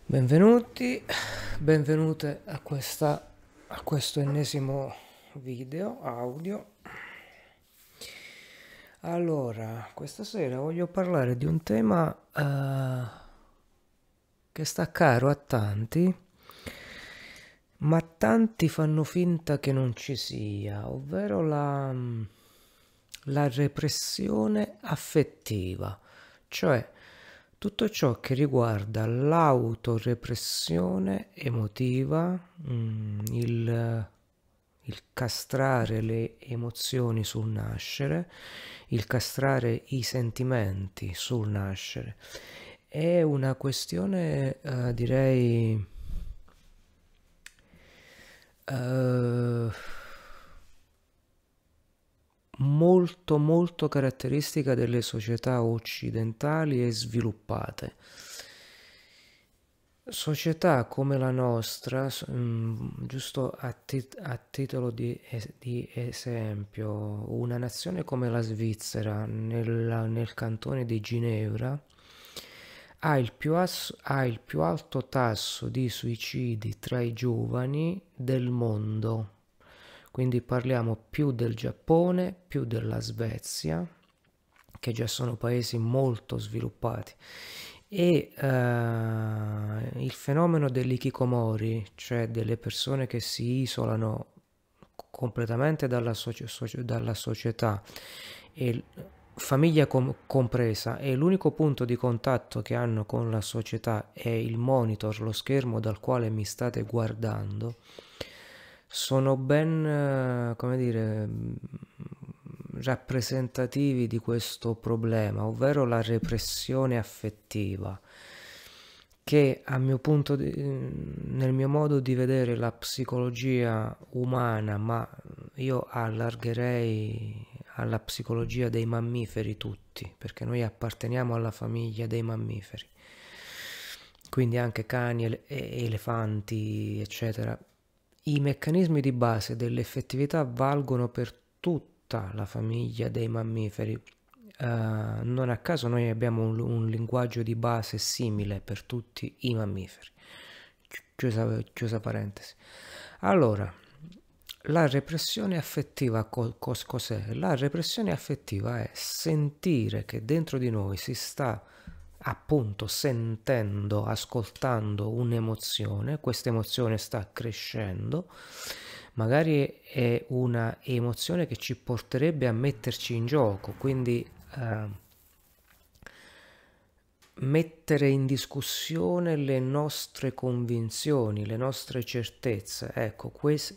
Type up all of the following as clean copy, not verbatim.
Benvenuti, benvenute a questo ennesimo video audio. Allora, questa sera voglio parlare di un tema che sta caro a tanti, ma tanti fanno finta che non ci sia, ovvero la repressione affettiva, cioè tutto ciò che riguarda l'autorepressione emotiva, il castrare le emozioni sul nascere, il castrare i sentimenti sul nascere. È una questione, direi, eh, molto caratteristica delle società occidentali e sviluppate. Società come la nostra, giusto a titolo di esempio, una nazione come la Svizzera nel cantone di Ginevra ha il più alto tasso di suicidi tra i giovani del mondo. Quindi parliamo più del Giappone, più della Svezia, che già sono paesi molto sviluppati. E il fenomeno dell'ikikomori, cioè delle persone che si isolano completamente dalla società, e famiglia compresa, e l'unico punto di contatto che hanno con la società è il monitor, lo schermo dal quale mi state guardando, sono ben, come dire, rappresentativi di questo problema, ovvero la repressione affettiva, che nel mio modo di vedere la psicologia umana, ma io allargherei alla psicologia dei mammiferi tutti, perché noi apparteniamo alla famiglia dei mammiferi, quindi anche cani, elefanti, eccetera. I meccanismi di base dell'effettività valgono per tutta la famiglia dei mammiferi. Non a caso noi abbiamo un linguaggio di base simile per tutti i mammiferi. Chiusa parentesi. Allora, la repressione affettiva cos'è? La repressione affettiva è sentire che dentro di noi si sta appunto sentendo, ascoltando un'emozione, questa emozione sta crescendo, magari è una emozione che ci porterebbe a metterci in gioco, quindi mettere in discussione le nostre convinzioni, le nostre certezze. Ecco,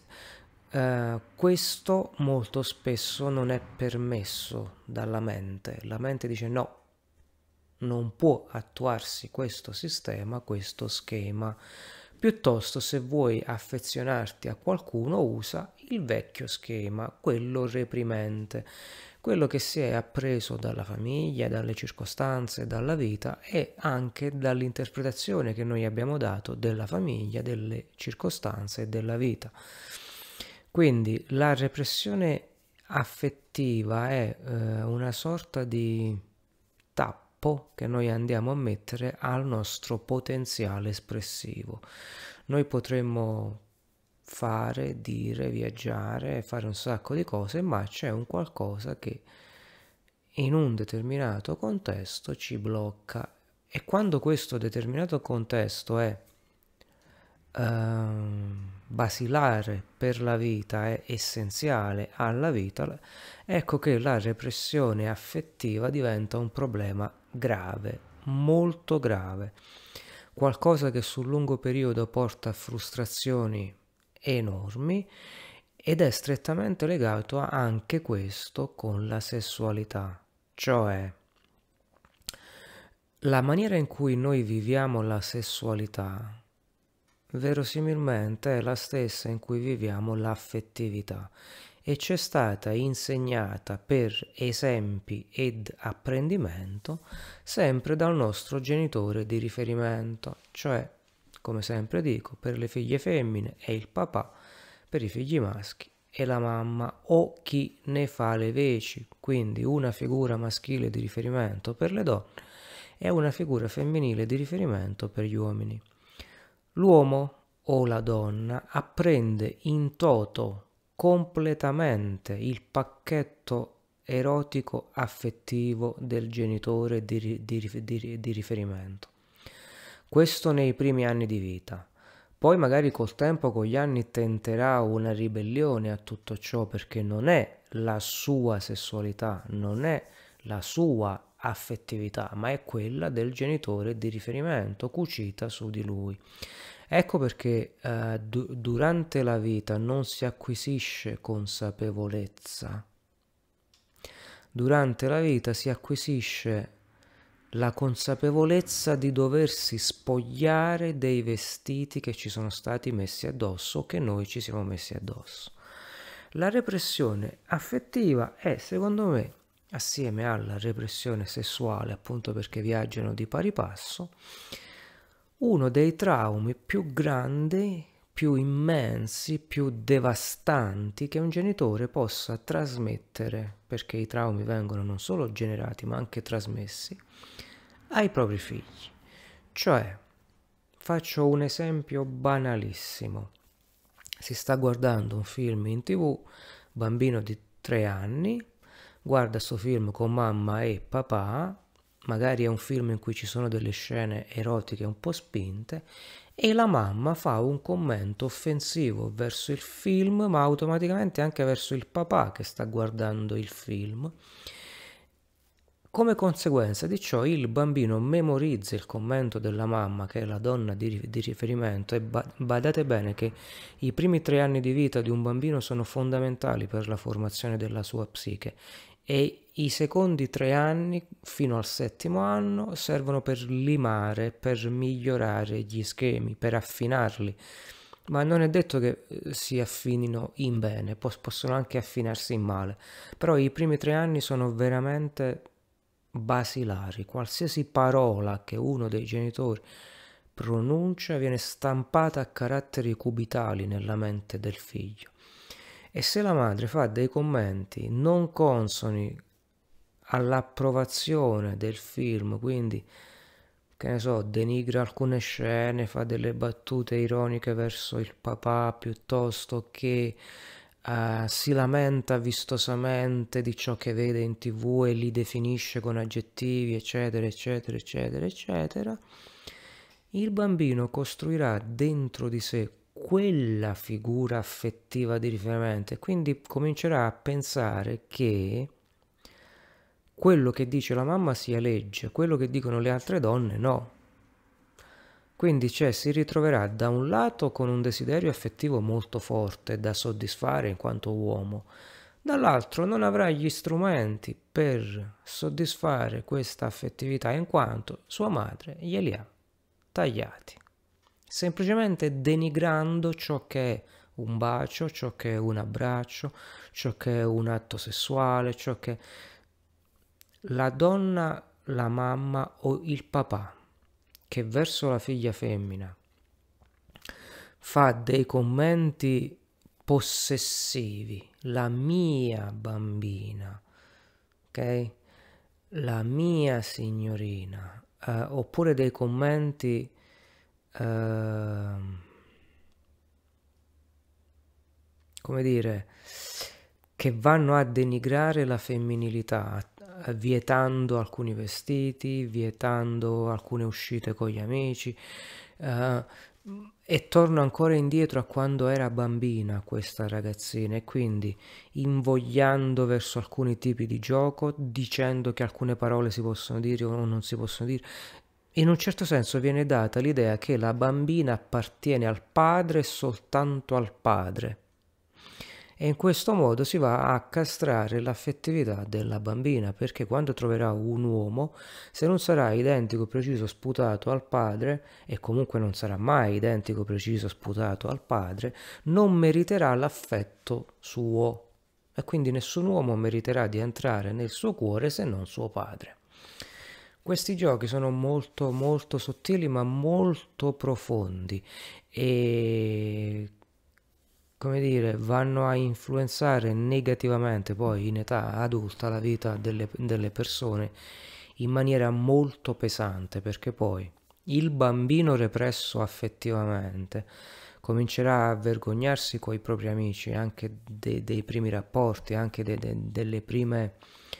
questo molto spesso non è permesso dalla mente. La mente dice no, non può attuarsi questo sistema, questo schema. Piuttosto, se vuoi affezionarti a qualcuno, usa il vecchio schema, quello reprimente, quello che si è appreso dalla famiglia, dalle circostanze, dalla vita e anche dall'interpretazione che noi abbiamo dato della famiglia, delle circostanze e della vita. Quindi la repressione affettiva è una sorta di tappo che noi andiamo a mettere al nostro potenziale espressivo. Noi potremmo fare, dire, viaggiare, fare un sacco di cose, ma c'è un qualcosa che in un determinato contesto ci blocca, e quando questo determinato contesto è basilare per la vita, è essenziale alla vita, ecco che la repressione affettiva diventa un problema grave, molto grave, qualcosa che sul lungo periodo porta a frustrazioni enormi, ed è strettamente legato anche questo con la sessualità, cioè la maniera in cui noi viviamo la sessualità verosimilmente è la stessa in cui viviamo l'affettività, e ci è stata insegnata per esempi ed apprendimento sempre dal nostro genitore di riferimento, cioè, come sempre dico, per le figlie femmine è il papà, per i figli maschi è la mamma o chi ne fa le veci, quindi una figura maschile di riferimento per le donne e una figura femminile di riferimento per gli uomini. l'uomo o la donna apprende in toto completamente il pacchetto erotico affettivo del genitore di riferimento. Questo nei primi anni di vita. Poi magari col tempo, con gli anni, tenterà una ribellione a tutto ciò, perché non è la sua sessualità, non è la sua affettività, ma è quella del genitore di riferimento cucita su di lui. Ecco perché durante la vita non si acquisisce consapevolezza. Durante la vita si acquisisce la consapevolezza di doversi spogliare dei vestiti che ci sono stati messi addosso o che noi ci siamo messi addosso. La repressione affettiva è, secondo me, assieme alla repressione sessuale, appunto perché viaggiano di pari passo, uno dei traumi più grandi, più immensi, più devastanti che un genitore possa trasmettere, perché i traumi vengono non solo generati ma anche trasmessi, ai propri figli. Cioè, faccio un esempio banalissimo. Si sta guardando un film in TV, bambino di 3 anni, guarda sto film con mamma e papà, magari è un film in cui ci sono delle scene erotiche un po' spinte, e la mamma fa un commento offensivo verso il film, ma automaticamente anche verso il papà che sta guardando il film. Come conseguenza di ciò il bambino memorizza il commento della mamma, che è la donna di riferimento, e badate bene che i primi 3 anni di vita di un bambino sono fondamentali per la formazione della sua psiche, e i secondi 3 anni fino al 7° anno servono per limare, per migliorare gli schemi, per affinarli. Ma non è detto che si affinino in bene, possono anche affinarsi in male, però i primi 3 anni sono veramente basilari. Qualsiasi parola che uno dei genitori pronuncia viene stampata a caratteri cubitali nella mente del figlio. E se la madre fa dei commenti non consoni all'approvazione del film, quindi, che ne so, denigra alcune scene, fa delle battute ironiche verso il papà, piuttosto che si lamenta vistosamente di ciò che vede in TV e li definisce con aggettivi, eccetera, eccetera, eccetera, eccetera, il bambino costruirà dentro di sé quella figura affettiva di riferimento e quindi comincerà a pensare che quello che dice la mamma sia legge, quello che dicono le altre donne no. Quindi si ritroverà da un lato con un desiderio affettivo molto forte da soddisfare in quanto uomo, dall'altro non avrà gli strumenti per soddisfare questa affettività in quanto sua madre glieli ha tagliati, semplicemente denigrando ciò che è un bacio, ciò che è un abbraccio, ciò che è un atto sessuale, ciò che la donna, la mamma o il papà che verso la figlia femmina fa dei commenti possessivi, la mia bambina, ok? La mia signorina, oppure dei commenti come dire, che vanno a denigrare la femminilità, vietando alcuni vestiti, vietando alcune uscite con gli amici, e torno ancora indietro a quando era bambina questa ragazzina, e quindi invogliando verso alcuni tipi di gioco, dicendo che alcune parole si possono dire o non si possono dire. In un certo senso viene data l'idea che la bambina appartiene al padre e soltanto al padre. E in questo modo si va a castrare l'affettività della bambina, perché quando troverà un uomo, se non sarà identico, preciso, sputato al padre, e comunque non sarà mai identico, preciso, sputato al padre, non meriterà l'affetto suo. E quindi nessun uomo meriterà di entrare nel suo cuore se non suo padre. Questi giochi sono molto molto sottili ma molto profondi e, come dire, vanno a influenzare negativamente poi in età adulta la vita delle persone in maniera molto pesante, perché poi Il bambino represso affettivamente comincerà a vergognarsi coi propri amici, anche dei primi rapporti, anche delle prime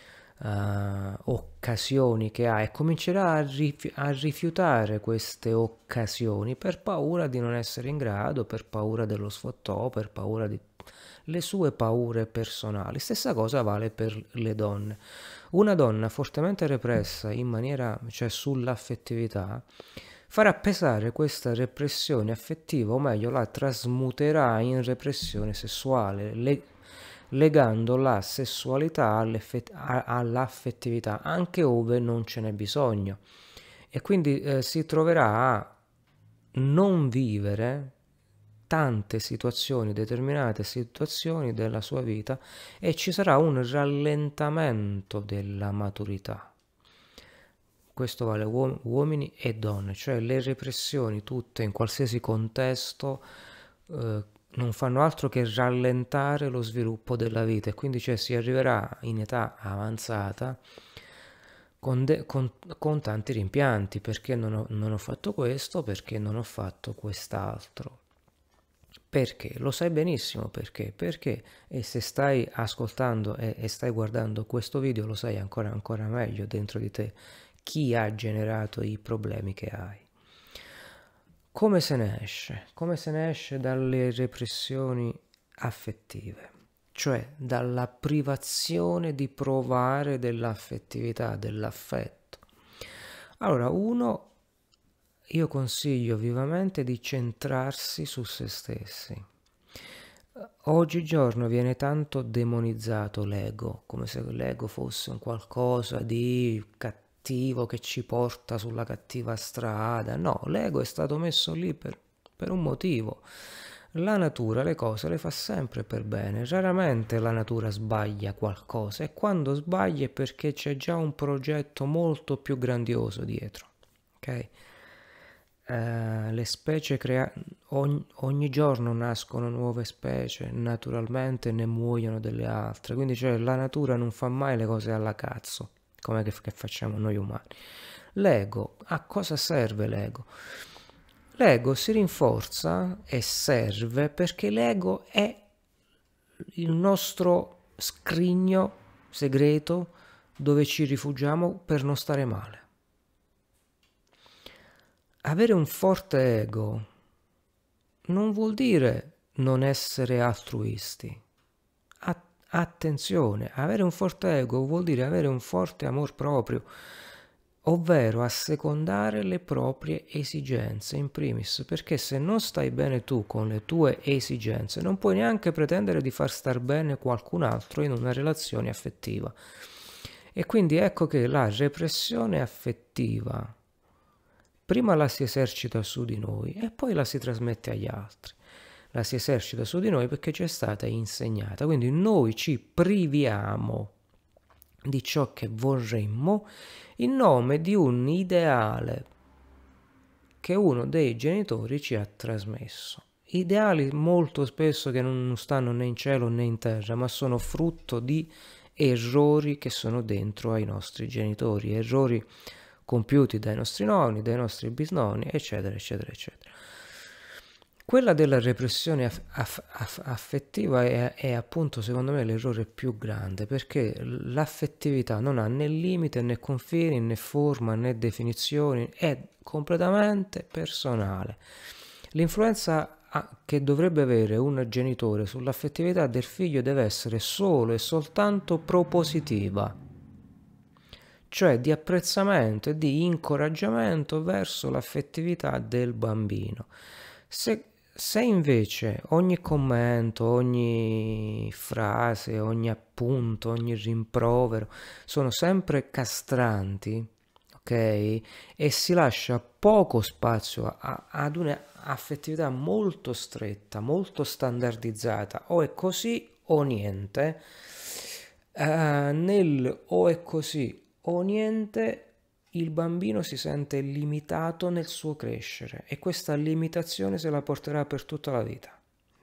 occasioni che ha, e comincerà a rifiutare queste occasioni per paura di non essere in grado, per paura dello sfottò, per paura di le sue paure personali. Stessa cosa vale per le donne. Una donna fortemente repressa in maniera, cioè sull'affettività, farà pesare questa repressione affettiva, o meglio la trasmuterà in repressione sessuale, legando la sessualità all'affettività, anche ove non ce n'è bisogno. E quindi si troverà a non vivere tante situazioni, determinate situazioni della sua vita, e ci sarà un rallentamento della maturità. Questo vale uomini e donne, cioè le repressioni tutte in qualsiasi contesto non fanno altro che rallentare lo sviluppo della vita, e quindi cioè, si arriverà in età avanzata con tanti rimpianti: perché non ho fatto questo, perché non ho fatto quest'altro. Perché? Lo sai benissimo perché. Perché? E se stai ascoltando e stai guardando questo video, lo sai ancora meglio dentro di te chi ha generato i problemi che hai. Come se ne esce? Come se ne esce dalle repressioni affettive? Cioè dalla privazione di provare dell'affettività, dell'affetto. Allora, io consiglio vivamente di centrarsi su se stessi. Oggigiorno viene tanto demonizzato l'ego, come se l'ego fosse un qualcosa di cattivo che ci porta sulla cattiva strada. No, l'ego è stato messo lì per un motivo. La natura le cose le fa sempre per bene, raramente la natura sbaglia qualcosa, e quando sbaglia è perché c'è già un progetto molto più grandioso dietro. Ok? Le specie ogni giorno nascono nuove specie, naturalmente ne muoiono delle altre, quindi cioè la natura non fa mai le cose alla cazzo, come che facciamo noi umani. L'ego, a cosa serve l'ego? L'ego si rinforza e serve perché l'ego è il nostro scrigno segreto dove ci rifugiamo per non stare male. Avere un forte ego non vuol dire non essere altruisti. Attenzione, avere un forte ego vuol dire avere un forte amor proprio, ovvero assecondare le proprie esigenze in primis, perché se non stai bene tu con le tue esigenze, non puoi neanche pretendere di far star bene qualcun altro in una relazione affettiva. E quindi ecco che la repressione affettiva prima la si esercita su di noi e poi la si trasmette agli altri. La si esercita su di noi perché ci è stata insegnata, quindi noi ci priviamo di ciò che vorremmo in nome di un ideale che uno dei genitori ci ha trasmesso. Ideali molto spesso che non stanno né in cielo né in terra, ma sono frutto di errori che sono dentro ai nostri genitori, errori compiuti dai nostri nonni, dai nostri bisnonni, eccetera, eccetera, eccetera. Quella della repressione affettiva è appunto secondo me l'errore più grande, perché l'affettività non ha né limite né confini né forma né definizioni, è completamente personale. L'influenza che dovrebbe avere un genitore sull'affettività del figlio deve essere solo e soltanto propositiva, cioè di apprezzamento e di incoraggiamento verso l'affettività del bambino. Se invece ogni commento, ogni frase, ogni appunto, ogni rimprovero sono sempre castranti, ok? E si lascia poco spazio ad un'affettività molto stretta, molto standardizzata, o è così o niente, nel o è così o niente il bambino si sente limitato nel suo crescere, e questa limitazione se la porterà per tutta la vita.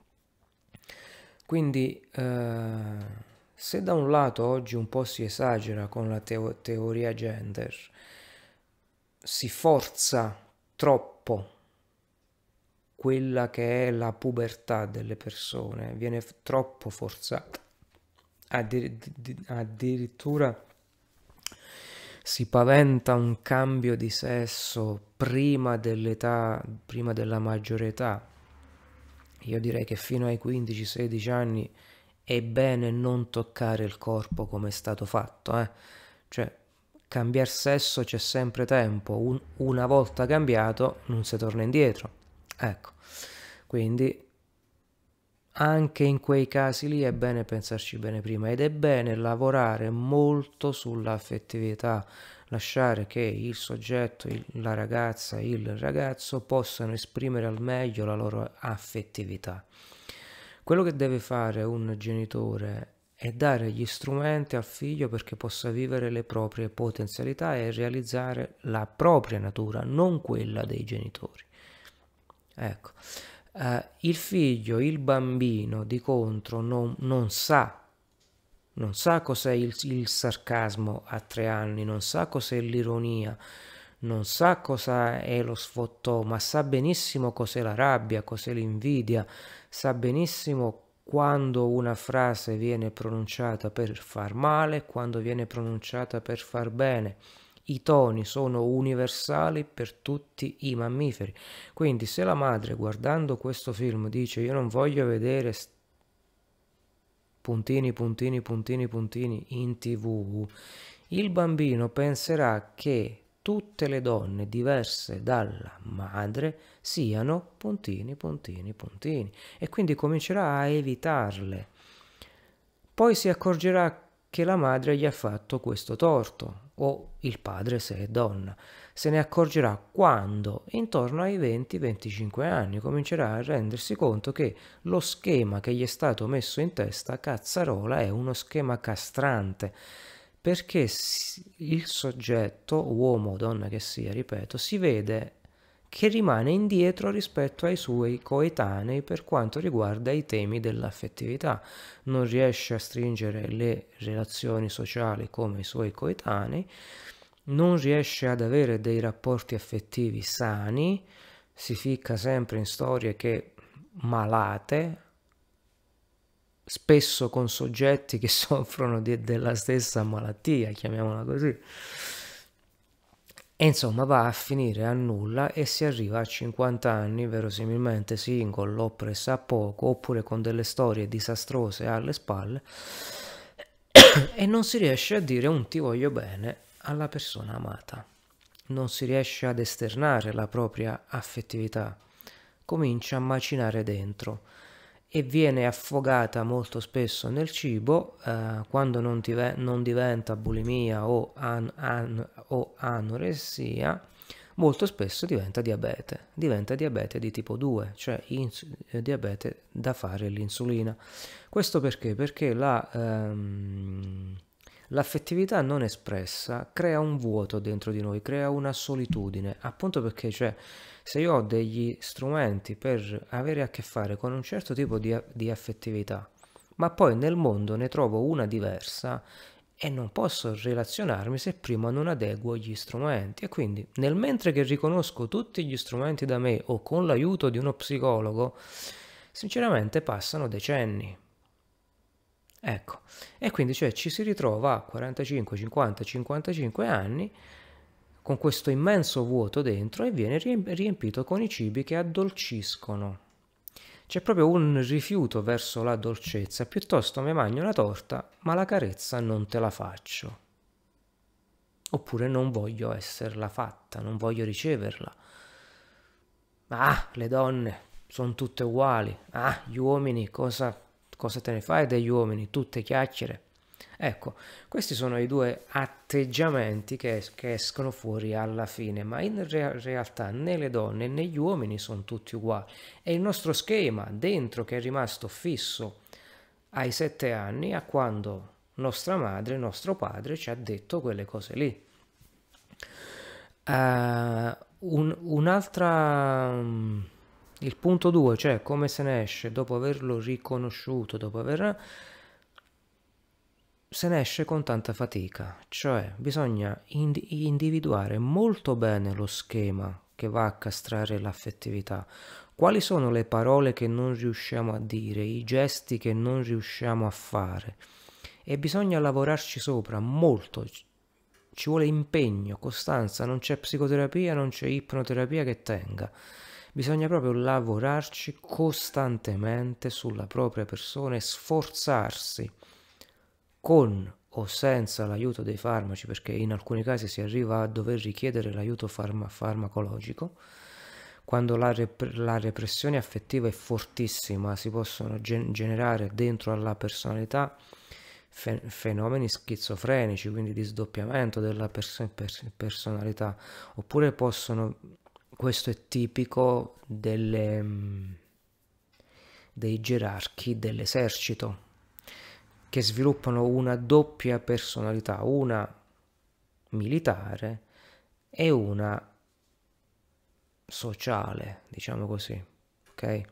Quindi se da un lato oggi un po' si esagera con la teoria gender, si forza troppo quella che è la pubertà delle persone, viene troppo forzata. Addirittura si paventa un cambio di sesso prima dell'età, prima della maggiore età. Io direi che fino ai 15-16 anni è bene non toccare il corpo come è stato fatto, Cioè, cambiare sesso c'è sempre tempo, una volta cambiato non si torna indietro. Ecco, quindi anche in quei casi lì è bene pensarci bene prima ed è bene lavorare molto sull'affettività, lasciare che il soggetto, la ragazza, il ragazzo possano esprimere al meglio la loro affettività. Quello che deve fare un genitore è dare gli strumenti al figlio perché possa vivere le proprie potenzialità e realizzare la propria natura, non quella dei genitori. Ecco, il figlio, il bambino, di contro, non sa cos'è il sarcasmo a 3 anni, non sa cos'è l'ironia, non sa cosa è lo sfottò, ma sa benissimo cos'è la rabbia, cos'è l'invidia, sa benissimo quando una frase viene pronunciata per far male, quando viene pronunciata per far bene. I toni sono universali per tutti i mammiferi. Quindi se la madre guardando questo film dice io non voglio vedere puntini puntini puntini puntini in TV, il bambino penserà che tutte le donne diverse dalla madre siano puntini puntini puntini e quindi comincerà a evitarle. Poi si accorgerà che la madre gli ha fatto questo torto, o il padre se è donna. Se ne accorgerà quando, intorno ai 20-25 anni, comincerà a rendersi conto che lo schema che gli è stato messo in testa, cazzarola, è uno schema castrante, perché il soggetto, uomo o donna che sia, ripeto, si vede che rimane indietro rispetto ai suoi coetanei per quanto riguarda i temi dell'affettività. Non riesce a stringere le relazioni sociali come i suoi coetanei, non riesce ad avere dei rapporti affettivi sani, si ficca sempre in storie che malate, spesso con soggetti che soffrono della stessa malattia, chiamiamola così. E insomma va a finire a nulla e si arriva a 50 anni, verosimilmente single o pressappoco, oppure con delle storie disastrose alle spalle, e non si riesce a dire un ti voglio bene alla persona amata. Non si riesce ad esternare la propria affettività. Comincia a macinare dentro e viene affogata molto spesso nel cibo, quando non diventa bulimia o anoressia, molto spesso diventa diabete di tipo 2, cioè diabete da fare l'insulina. Questo perché? Perché l'affettività non espressa crea un vuoto dentro di noi, crea una solitudine, appunto perché, cioè, se io ho degli strumenti per avere a che fare con un certo tipo di affettività, ma poi nel mondo ne trovo una diversa e non posso relazionarmi se prima non adeguo gli strumenti. E quindi, nel mentre che riconosco tutti gli strumenti da me o con l'aiuto di uno psicologo, sinceramente passano decenni. Ecco, e quindi cioè ci si ritrova a 45, 50, 55 anni con questo immenso vuoto dentro e viene riempito con i cibi che addolciscono. C'è proprio un rifiuto verso la dolcezza, piuttosto mi mangio una torta, ma la carezza non te la faccio. Oppure non voglio esserla fatta, non voglio riceverla. Ah, le donne sono tutte uguali. Ah, gli uomini, cosa te ne fai degli uomini? Tutte chiacchiere. Ecco, questi sono i due atteggiamenti che escono fuori alla fine, ma in realtà né le donne né gli uomini sono tutti uguali. È il nostro schema dentro che è rimasto fisso ai 7 anni, a quando nostra madre, nostro padre ci ha detto quelle cose lì. Un'altra... il punto 2, cioè come se ne esce dopo averlo riconosciuto, se ne esce con tanta fatica, cioè bisogna individuare molto bene lo schema che va a castrare l'affettività? Quali sono le parole che non riusciamo a dire, i gesti che non riusciamo a fare? E bisogna lavorarci sopra molto, ci vuole impegno, costanza, non c'è psicoterapia, non c'è ipnoterapia che tenga. Bisogna proprio lavorarci costantemente sulla propria persona e sforzarsi, con o senza l'aiuto dei farmaci, perché in alcuni casi si arriva a dover richiedere l'aiuto farmacologico. Quando la repressione affettiva è fortissima, si possono generare dentro alla personalità fenomeni schizofrenici, quindi di sdoppiamento della personalità, oppure questo è tipico dei gerarchi dell'esercito, che sviluppano una doppia personalità, una militare e una sociale, diciamo così, ok?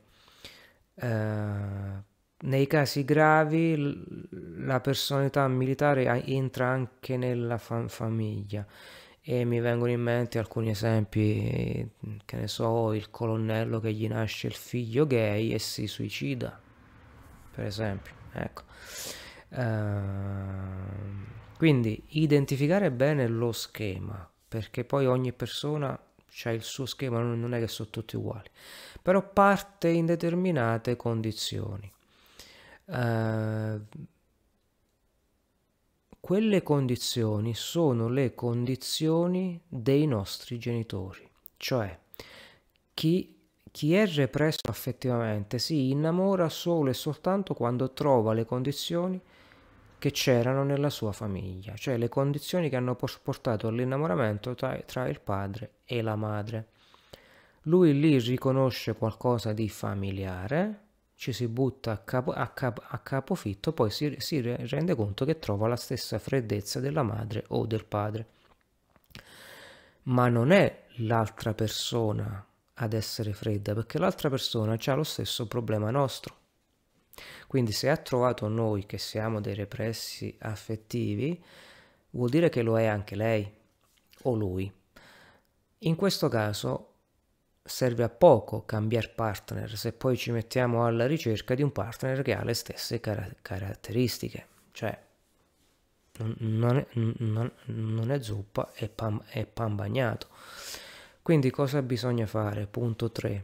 Nei casi gravi la personalità militare entra anche nella famiglia, e mi vengono in mente alcuni esempi, che ne so, il colonnello che gli nasce il figlio gay e si suicida, per esempio, ecco. Quindi identificare bene lo schema, perché poi ogni persona c'ha il suo schema, non è che sono tutti uguali, però parte in determinate condizioni. Quelle condizioni sono le condizioni dei nostri genitori, cioè chi è represso affettivamente si innamora solo e soltanto quando trova le condizioni che c'erano nella sua famiglia, cioè le condizioni che hanno portato all'innamoramento tra il padre e la madre. Lui lì riconosce qualcosa di familiare, ci si butta a capofitto, poi si rende conto che trova la stessa freddezza della madre o del padre. Ma non è l'altra persona ad essere fredda, perché l'altra persona ha lo stesso problema nostro. Quindi se ha trovato noi che siamo dei repressi affettivi, vuol dire che lo è anche lei o lui. In questo caso serve a poco cambiare partner se poi ci mettiamo alla ricerca di un partner che ha le stesse caratteristiche, cioè non è zuppa, è pan bagnato. Quindi cosa bisogna fare? Punto 3.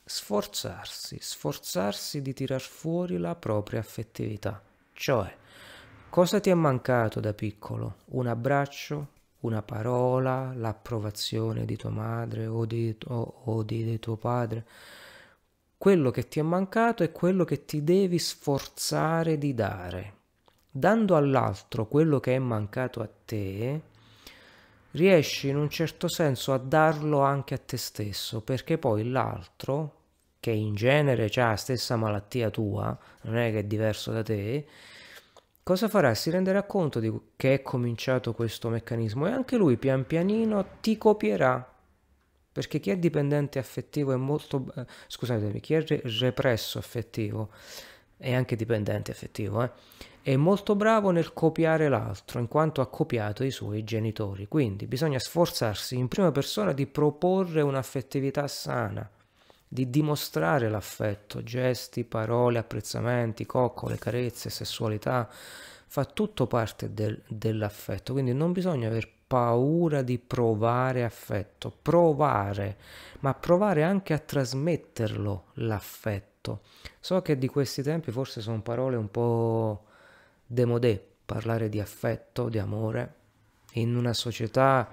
Sforzarsi di tirar fuori la propria affettività. Cioè, cosa ti è mancato da piccolo? Un abbraccio? Una parola? L'approvazione di tua madre o di tuo padre? Quello che ti è mancato è quello che ti devi sforzare di dare. Dando all'altro quello che è mancato a te, riesci in un certo senso a darlo anche a te stesso, perché poi l'altro, che in genere ha la stessa malattia tua, non è che è diverso da te, cosa farà? Si renderà conto che è cominciato questo meccanismo e anche lui pian pianino ti copierà. Perché chi è dipendente affettivo è molto... scusatemi, chi è represso affettivo è anche dipendente affettivo, è molto bravo nel copiare l'altro, in quanto ha copiato i suoi genitori. Quindi bisogna sforzarsi in prima persona di proporre un'affettività sana, di dimostrare l'affetto, gesti, parole, apprezzamenti, coccole, carezze, sessualità, fa tutto parte dell'affetto, quindi non bisogna aver paura di provare affetto, ma provare anche a trasmetterlo l'affetto. So che di questi tempi forse sono parole un po' démodé, parlare di affetto, di amore, in una società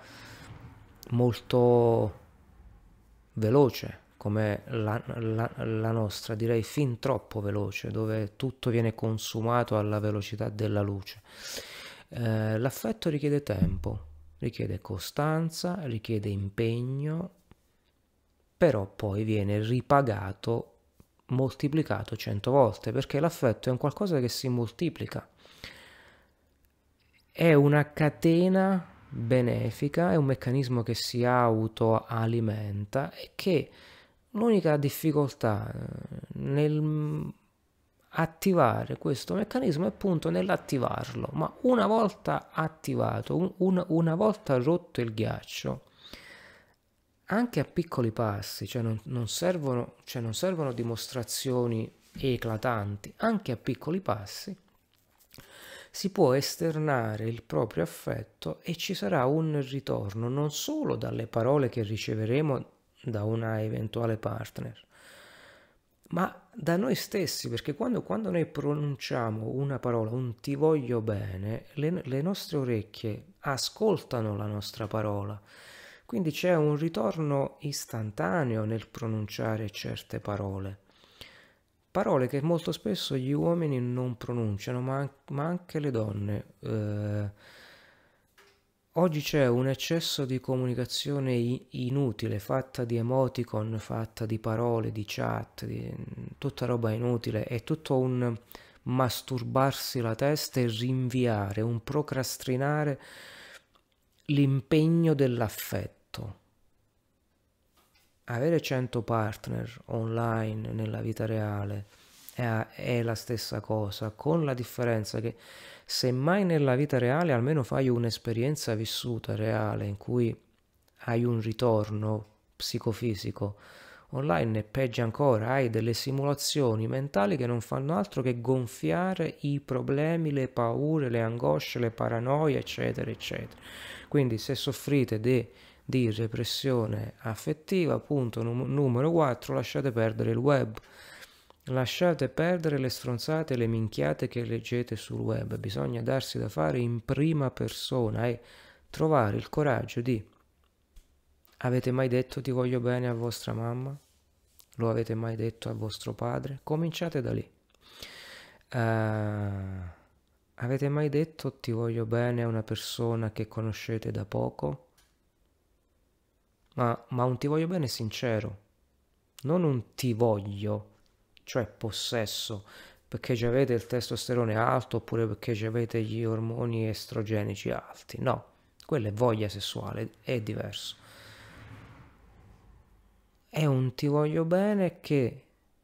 molto veloce come la nostra, direi fin troppo veloce, dove tutto viene consumato alla velocità della luce. L'affetto richiede tempo, richiede costanza, richiede impegno, però poi viene ripagato, moltiplicato 100 volte, perché l'affetto è un qualcosa che si moltiplica. È una catena benefica, è un meccanismo che si autoalimenta e che l'unica difficoltà nel attivare questo meccanismo è appunto nell'attivarlo, ma una volta attivato, una volta rotto il ghiaccio, anche a piccoli passi, cioè non servono dimostrazioni eclatanti, anche a piccoli passi si può esternare il proprio affetto e ci sarà un ritorno non solo dalle parole che riceveremo da una eventuale partner, ma da noi stessi, perché quando noi pronunciamo una parola, un ti voglio bene, le nostre orecchie ascoltano la nostra parola. Quindi c'è un ritorno istantaneo nel pronunciare certe parole. Parole che molto spesso gli uomini non pronunciano, ma anche le donne. Oggi c'è un eccesso di comunicazione inutile, fatta di emoticon, fatta di parole, di chat, di tutta roba inutile. È tutto un masturbarsi la testa e rinviare, un procrastinare l'impegno dell'affetto. Avere 100 partner online nella vita reale è la stessa cosa, con la differenza che semmai nella vita reale almeno fai un'esperienza vissuta reale in cui hai un ritorno psicofisico, online è peggio ancora, hai delle simulazioni mentali che non fanno altro che gonfiare i problemi, le paure, le angosce, le paranoie, eccetera, eccetera. Quindi se soffrite di repressione affettiva, punto numero 4, lasciate perdere il web. Lasciate perdere le stronzate e le minchiate che leggete sul web. Bisogna darsi da fare in prima persona e trovare il coraggio di... Avete mai detto ti voglio bene a vostra mamma? Lo avete mai detto a vostro padre? Cominciate da lì. Avete mai detto ti voglio bene a una persona che conoscete da poco? Ma un ti voglio bene sincero, non un ti voglio, cioè possesso, perché già avete il testosterone alto oppure perché già avete gli ormoni estrogenici alti. No, quella è voglia sessuale, è diverso. È un ti voglio bene che,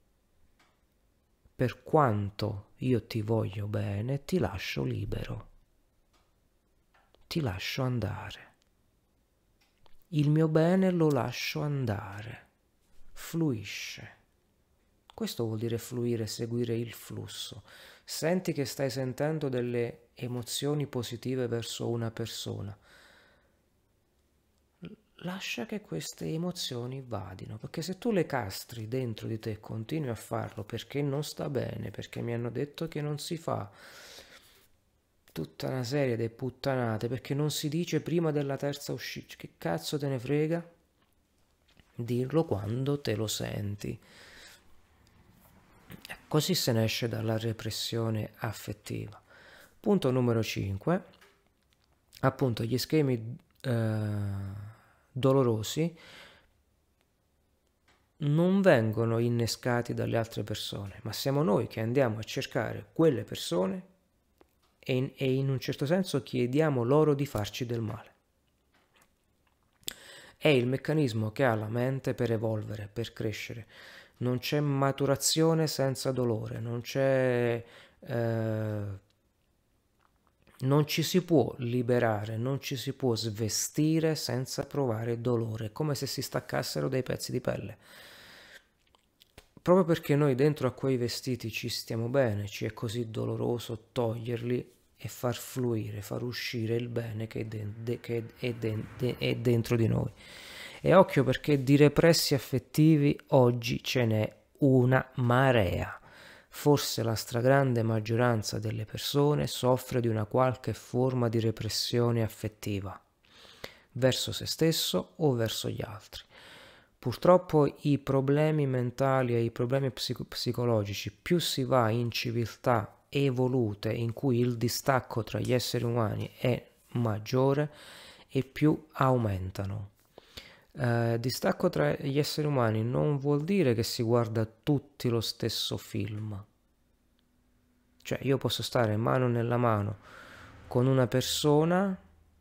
per quanto io ti voglio bene, ti lascio libero, ti lascio andare. Il mio bene lo lascio andare, fluisce. Questo vuol dire fluire, seguire il flusso. Senti che stai sentendo delle emozioni positive verso una persona. Lascia che queste emozioni vadino, perché se tu le castri dentro di te e continui a farlo perché non sta bene, perché mi hanno detto che non si fa, tutta una serie di puttanate, perché non si dice prima della terza uscita, che cazzo te ne frega? Dirlo quando te lo senti. Così se ne esce dalla repressione affettiva. Punto numero 5. Appunto gli schemi dolorosi non vengono innescati dalle altre persone, ma siamo noi che andiamo a cercare quelle persone e in un certo senso chiediamo loro di farci del male. È il meccanismo che ha la mente per evolvere, per crescere. Non c'è maturazione senza dolore, non ci si può liberare, non ci si può svestire senza provare dolore, come se si staccassero dei pezzi di pelle. Proprio perché noi dentro a quei vestiti ci stiamo bene, ci è così doloroso toglierli e far fluire, far uscire il bene che è dentro di noi. E occhio perché di repressi affettivi oggi ce n'è una marea. Forse la stragrande maggioranza delle persone soffre di una qualche forma di repressione affettiva, verso se stesso o verso gli altri. Purtroppo i problemi mentali e i problemi psicologici, più si va in civiltà evolute in cui il distacco tra gli esseri umani è maggiore e più aumentano. Distacco tra gli esseri umani non vuol dire che si guarda tutti lo stesso film. Cioè io posso stare mano nella mano con una persona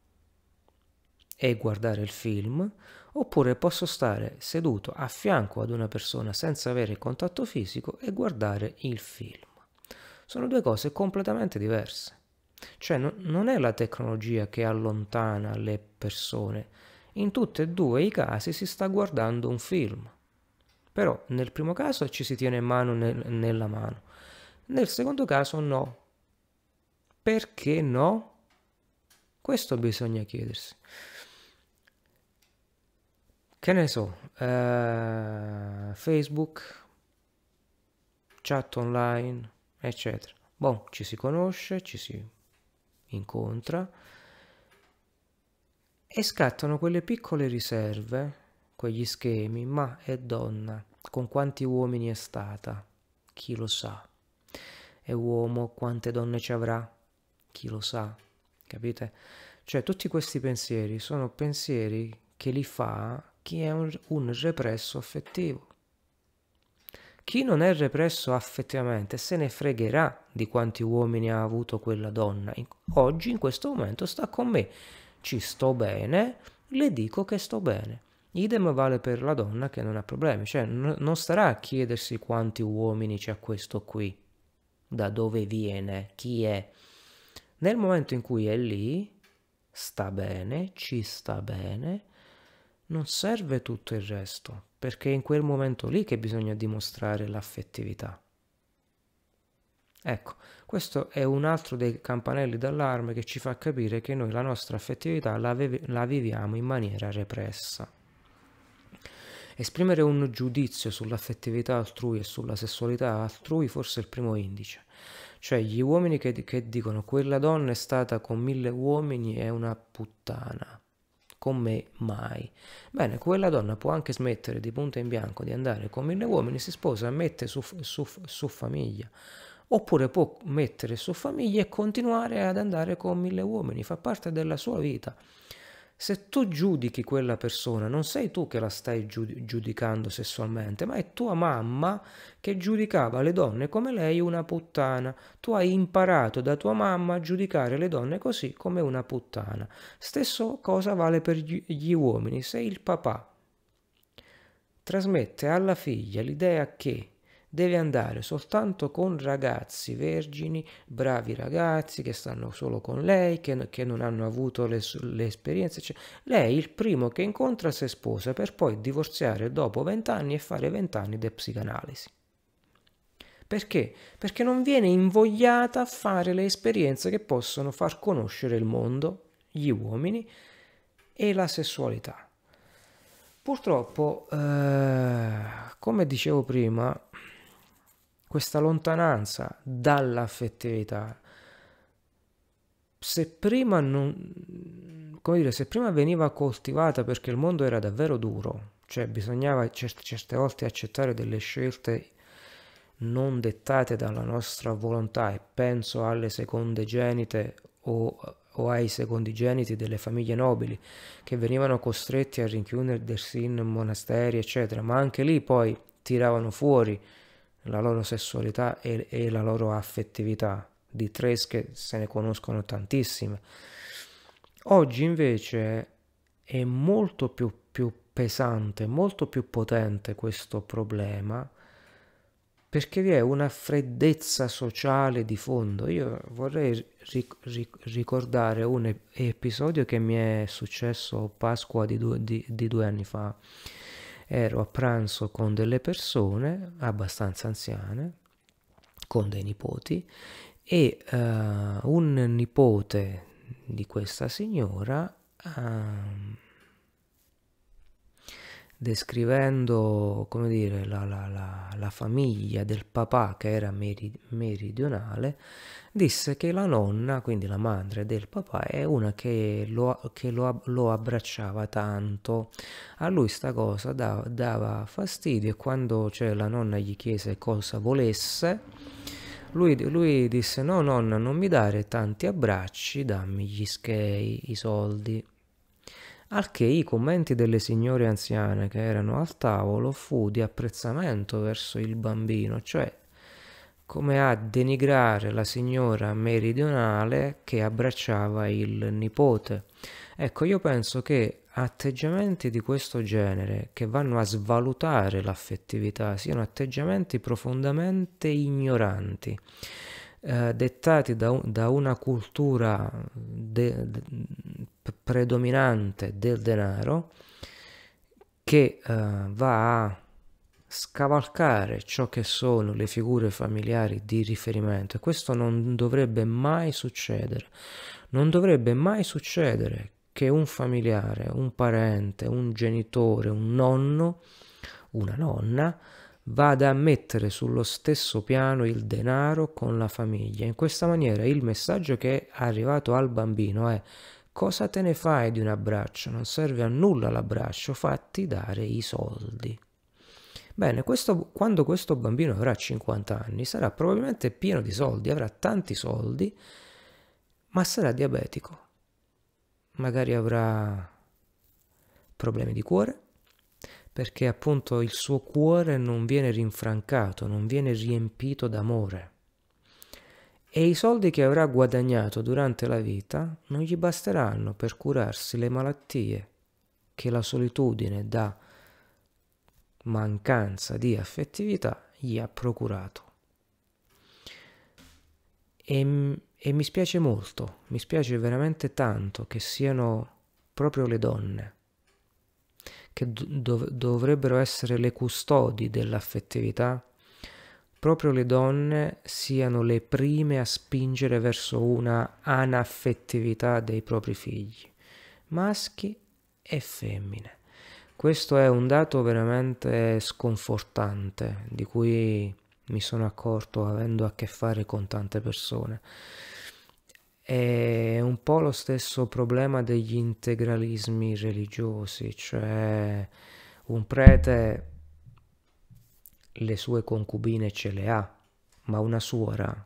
e guardare il film, oppure posso stare seduto a fianco ad una persona senza avere contatto fisico e guardare il film. Sono due cose completamente diverse. Cioè non è la tecnologia che allontana le persone, In tutti e due i casi si sta guardando un film. Però nel primo caso ci si tiene mano nella mano, nel secondo caso no. Perché no? Questo bisogna chiedersi. Che ne so, Facebook, chat online, eccetera. Boh, ci si conosce, ci si incontra e scattano quelle piccole riserve, quegli schemi, ma è donna, con quanti uomini è stata? Chi lo sa? È uomo, quante donne ci avrà? Chi lo sa? Capite? Cioè tutti questi pensieri sono pensieri che li fa chi è un represso affettivo. Chi non è represso affettivamente se ne fregherà di quanti uomini ha avuto quella donna. Oggi, in questo momento, sta con me. Ci sto bene, le dico che sto bene. Idem vale per la donna che non ha problemi. Cioè, non starà a chiedersi quanti uomini c'ha questo qui, da dove viene, chi è. Nel momento in cui è lì, sta bene, ci sta bene, non serve tutto il resto, perché è in quel momento lì che bisogna dimostrare l'affettività. Ecco, questo è un altro dei campanelli d'allarme che ci fa capire che noi la nostra affettività la viviamo in maniera repressa. Esprimere un giudizio sull'affettività altrui e sulla sessualità altrui forse è il primo indice. Cioè gli uomini che dicono quella donna è stata con 1000 uomini è una puttana. Con me mai. Bene, quella donna può anche smettere di punto in bianco di andare con 1000 uomini, si sposa, mette su famiglia. Oppure può mettere su famiglia e continuare ad andare con 1000 uomini, fa parte della sua vita. Se tu giudichi quella persona, non sei tu che la stai giudicando sessualmente, ma è tua mamma che giudicava le donne come lei una puttana. Tu hai imparato da tua mamma a giudicare le donne così come una puttana. Stesso cosa vale per gli uomini. Se il papà trasmette alla figlia l'idea che deve andare soltanto con ragazzi vergini, bravi ragazzi che stanno solo con lei, che non hanno avuto le esperienze, cioè, lei il primo che incontra si sposa per poi divorziare dopo 20 anni e fare 20 anni di psicanalisi. Perché? Perché non viene invogliata a fare le esperienze che possono far conoscere il mondo, gli uomini e la sessualità. Purtroppo, come dicevo prima, questa lontananza dall'affettività, se prima se prima veniva coltivata perché il mondo era davvero duro, cioè bisognava certe volte accettare delle scelte non dettate dalla nostra volontà, e penso alle secondogenite o ai secondigeniti delle famiglie nobili che venivano costretti a rinchiudersi in monasteri, eccetera, ma anche lì poi tiravano fuori la loro sessualità e la loro affettività. Di tresche se ne conoscono tantissime. Oggi invece è molto più pesante, molto più potente questo problema, perché vi è una freddezza sociale di fondo. Io vorrei ricordare un episodio che mi è successo Pasqua di 2 anni fa. Ero a pranzo con delle persone abbastanza anziane, con dei nipoti, e un nipote di questa signora, descrivendo, come dire, la famiglia del papà che era meridionale, disse che la nonna, quindi la madre del papà, è una che lo abbracciava tanto. A lui sta cosa dava fastidio, e quando la nonna gli chiese cosa volesse, lui disse: no nonna, non mi dare tanti abbracci, dammi gli skei, i soldi. Al che i commenti delle signore anziane che erano al tavolo fu di apprezzamento verso il bambino, cioè come a denigrare la signora meridionale che abbracciava il nipote. Ecco, io penso che atteggiamenti di questo genere, che vanno a svalutare l'affettività, siano atteggiamenti profondamente ignoranti. dettati da una cultura predominante del denaro che va a scavalcare ciò che sono le figure familiari di riferimento, e questo non dovrebbe mai succedere. Non dovrebbe mai succedere che un familiare, un parente, un genitore, un nonno, una nonna vada a mettere sullo stesso piano il denaro con la famiglia. In questa maniera il messaggio che è arrivato al bambino è: cosa te ne fai di un abbraccio? Non serve a nulla l'abbraccio, fatti dare i soldi. Bene, quando questo bambino avrà 50 anni sarà probabilmente pieno di soldi, avrà tanti soldi, ma sarà diabetico. Magari avrà problemi di cuore, perché appunto il suo cuore non viene rinfrancato, non viene riempito d'amore. E i soldi che avrà guadagnato durante la vita non gli basteranno per curarsi le malattie che la solitudine da mancanza di affettività gli ha procurato. E mi spiace molto, mi spiace veramente tanto che siano proprio le donne che dovrebbero essere le custodi dell'affettività, proprio le donne siano le prime a spingere verso una anaffettività dei propri figli, maschi e femmine. Questo è un dato veramente sconfortante, di cui mi sono accorto avendo a che fare con tante persone. È un po' lo stesso problema degli integralismi religiosi, cioè un prete le sue concubine ce le ha, ma una suora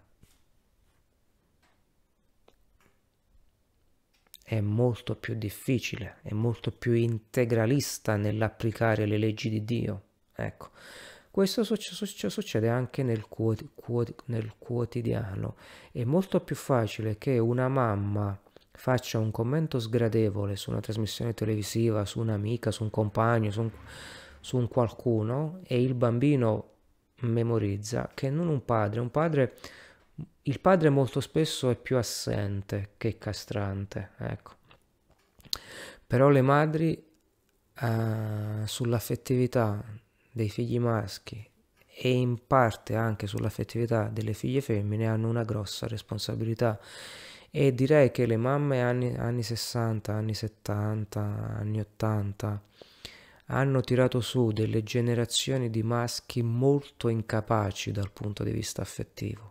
è molto più difficile, è molto più integralista nell'applicare le leggi di Dio. Ecco, questo succede anche nel quotidiano. È molto più facile che una mamma faccia un commento sgradevole su una trasmissione televisiva, su un'amica, su un compagno, su un qualcuno, e il bambino memorizza, che non un padre. Il padre molto spesso è più assente che castrante, ecco. Però le madri sull'affettività dei figli maschi e in parte anche sull'affettività delle figlie femmine hanno una grossa responsabilità, e direi che le mamme anni 60, anni 70, anni 80 hanno tirato su delle generazioni di maschi molto incapaci dal punto di vista affettivo.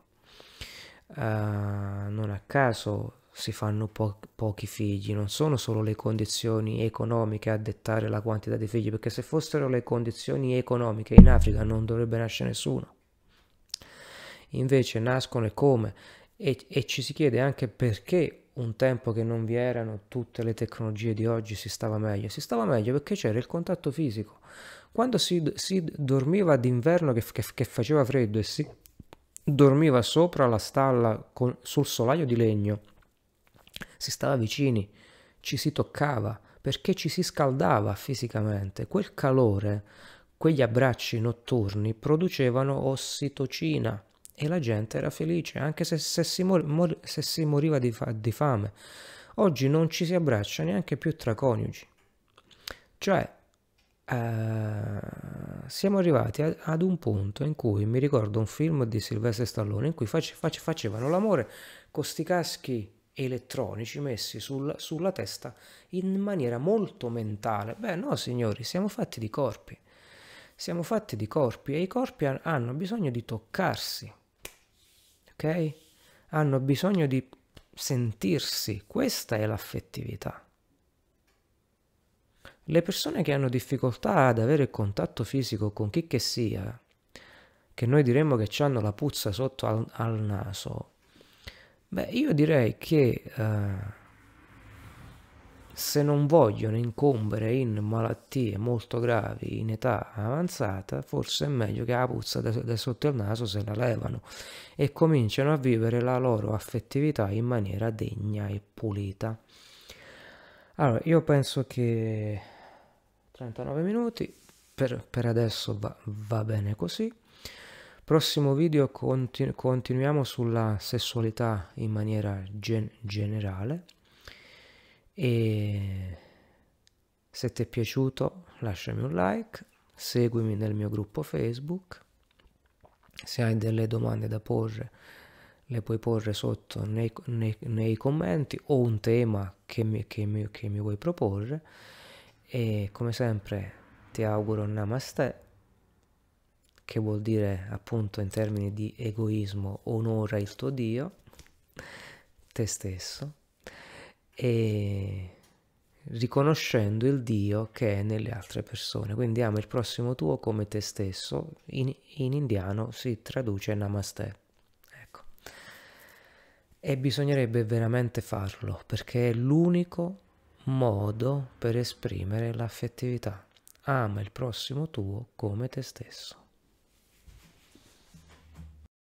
Non a caso si fanno pochi figli, non sono solo le condizioni economiche a dettare la quantità di figli, perché se fossero le condizioni economiche in Africa non dovrebbe nascere nessuno. Invece nascono e come, e ci si chiede anche perché un tempo che non vi erano tutte le tecnologie di oggi si stava meglio. Si stava meglio perché c'era il contatto fisico. Quando si dormiva d'inverno che faceva freddo e si dormiva sopra la stalla sul solaio di legno, si stava vicini, ci si toccava, perché ci si scaldava fisicamente. Quel calore, quegli abbracci notturni producevano ossitocina e la gente era felice, anche se si moriva di fame. Oggi non ci si abbraccia neanche più tra coniugi. Cioè, siamo arrivati ad un punto in cui mi ricordo un film di Sylvester Stallone in cui facevano l'amore con sti caschi elettronici messi sulla testa in maniera molto mentale. Beh, no, signori, siamo fatti di corpi. Siamo fatti di corpi e i corpi hanno bisogno di toccarsi, ok? Hanno bisogno di sentirsi. Questa è l'affettività. Le persone che hanno difficoltà ad avere contatto fisico con chi che sia, che noi diremmo che hanno la puzza sotto al naso, beh, io direi che se non vogliono incombere in malattie molto gravi in età avanzata, forse è meglio che la puzza da sotto il naso se la levano e cominciano a vivere la loro affettività in maniera degna e pulita. Allora, io penso che 39 minuti per adesso va bene così. Prossimo video continuiamo sulla sessualità in maniera generale, e se ti è piaciuto lasciami un like, seguimi nel mio gruppo Facebook, se hai delle domande da porre le puoi porre sotto nei commenti, o un tema che mi vuoi proporre, e come sempre ti auguro Namaste, che vuol dire appunto in termini di egoismo onora il tuo Dio, te stesso, e riconoscendo il Dio che è nelle altre persone. Quindi ama il prossimo tuo come te stesso. In indiano si traduce Namaste. Ecco. E bisognerebbe veramente farlo, perché è l'unico modo per esprimere l'affettività. Ama il prossimo tuo come te stesso.